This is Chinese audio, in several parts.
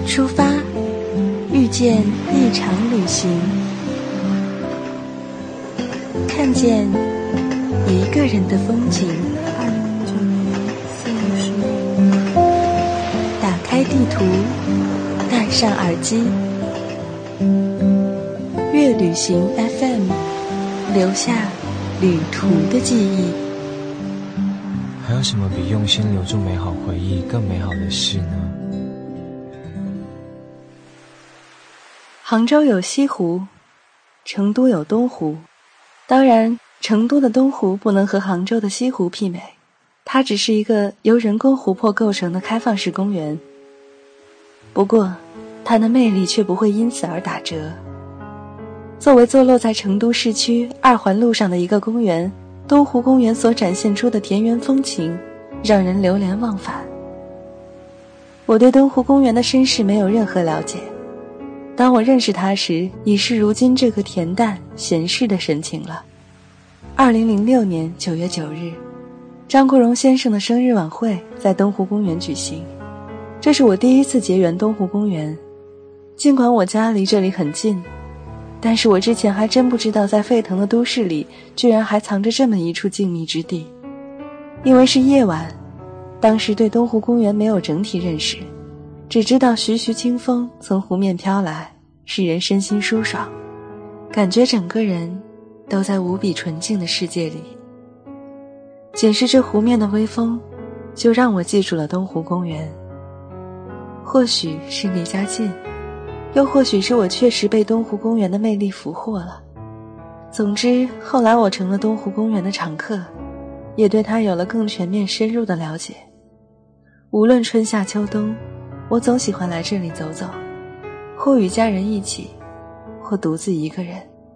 出发，遇见一场旅行，看见一个人的风景。打开地图，戴上耳机，乐旅行 FM， 留下旅途的记忆。 还有什么比用心留住美好回忆更美好的事呢？ 杭州有西湖，成都有东湖。当然，成都的东湖不能和杭州的西湖媲美，它只是一个由人工湖泊构成的开放式公园。不过，它的魅力却不会因此而打折。作为坐落在成都市区2环路上的一个公园，东湖公园所展现出的田园风情，让人流连忘返。我对东湖公园的身世没有任何了解，当我认识它时，已是如今这个恬淡闲适的神情了。2006年9月9日，张国荣先生的生日晚会在东湖公园举行，这是我第一次结缘东湖公园。尽管我家离这里很近，但是我之前还真不知道在沸腾的都市里居然还藏着这么一处静谧之地。因为是夜晚，当时对东湖公园没有整体认识，只知道徐徐清风从湖面飘来，使人身心舒爽，感觉整个人都在无比纯净的世界里。仅是这湖面的微风，就让我记住了东湖公园。或许是离家近，又或许是我确实被东湖公园的魅力俘获了。总之，后来我成了东湖公园的常客，也对它有了更全面深入的了解。无论春夏秋冬，我总喜欢来这里走走，或与家人一起，或独自一个人。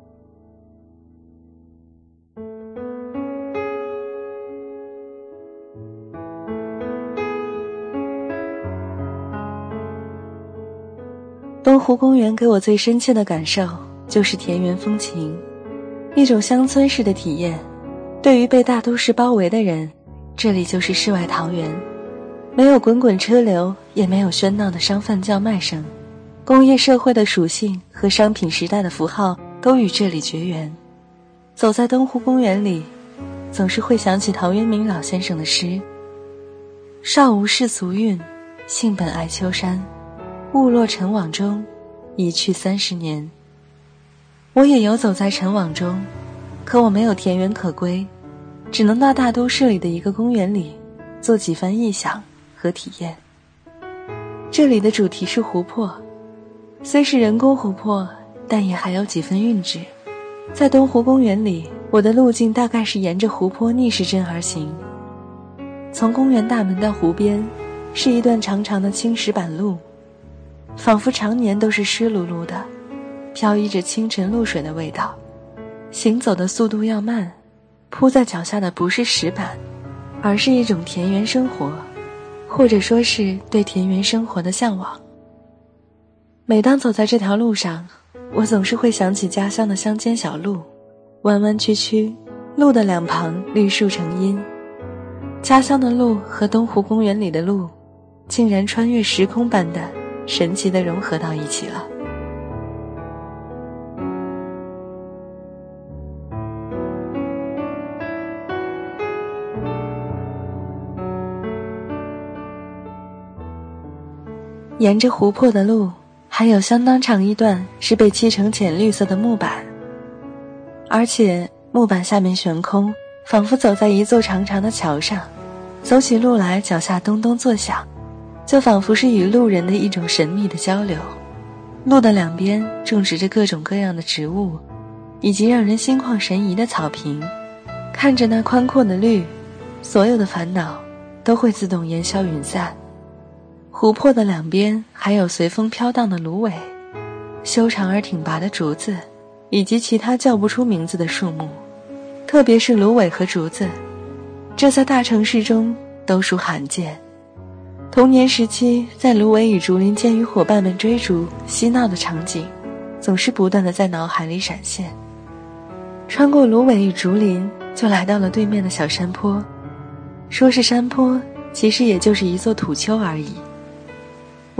东湖公园给我最深切的感受就是田园风情，一种乡村式的体验。对于被大都市包围的人，这里就是世外桃源，没有滚滚车流，也没有喧闹的商贩叫卖声，工业社会的属性和商品时代的符号都与这里绝缘。走在东湖公园里，总是会想起陶渊明老先生的诗：少无世俗韵，性本爱丘山，误落尘网中，一去30年。我也游走在尘网中，可我没有田园可归，只能到大都市里的一个公园里做几番臆想和体验。这里的主题是湖泊，虽是人工湖泊，但也还有几分韵致。在东湖公园里，我的路径大概是沿着湖泊逆时针而行。从公园大门到湖边，是一段长长的青石板路，仿佛常年都是湿漉漉的，飘溢着清晨露水的味道。行走的速度要慢，铺在脚下的不是石板，而是一种田园生活，或者说是对田园生活的向往。每当走在这条路上，我总是会想起家乡的乡间小路，弯弯曲曲，路的两旁绿树成荫。家乡的路和东湖公园里的路，竟然穿越时空般的神奇地融合到一起了。沿着湖泊的路，还有相当长一段是被漆成浅绿色的木板，而且木板下面悬空，仿佛走在一座长长的桥上，走起路来脚下咚咚作响，就仿佛是与路人的一种神秘的交流。路的两边种植着各种各样的植物，以及让人心旷神怡的草坪。看着那宽阔的绿，所有的烦恼都会自动烟消云散。湖泊的两边还有随风飘荡的芦苇，修长而挺拔的竹子，以及其他叫不出名字的树木，特别是芦苇和竹子，这在大城市中都属罕见。童年时期在芦苇与竹林间与伙伴们追逐嬉闹的场景，总是不断地在脑海里闪现。穿过芦苇与竹林，就来到了对面的小山坡。说是山坡，其实也就是一座土丘而已。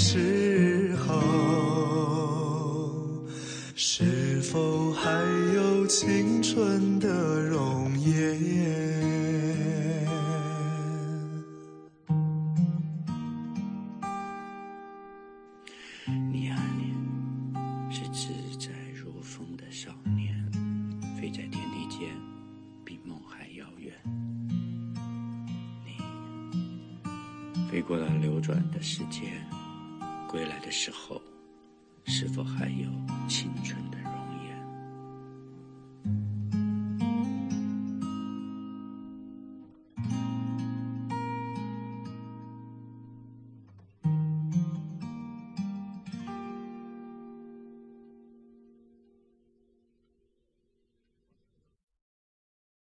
时候，是否还有青春的容颜？ 你啊你，是自在如风的少年，飞在天地间，比梦还遥远。你飞过了流转的时间，归来的时候，是否还有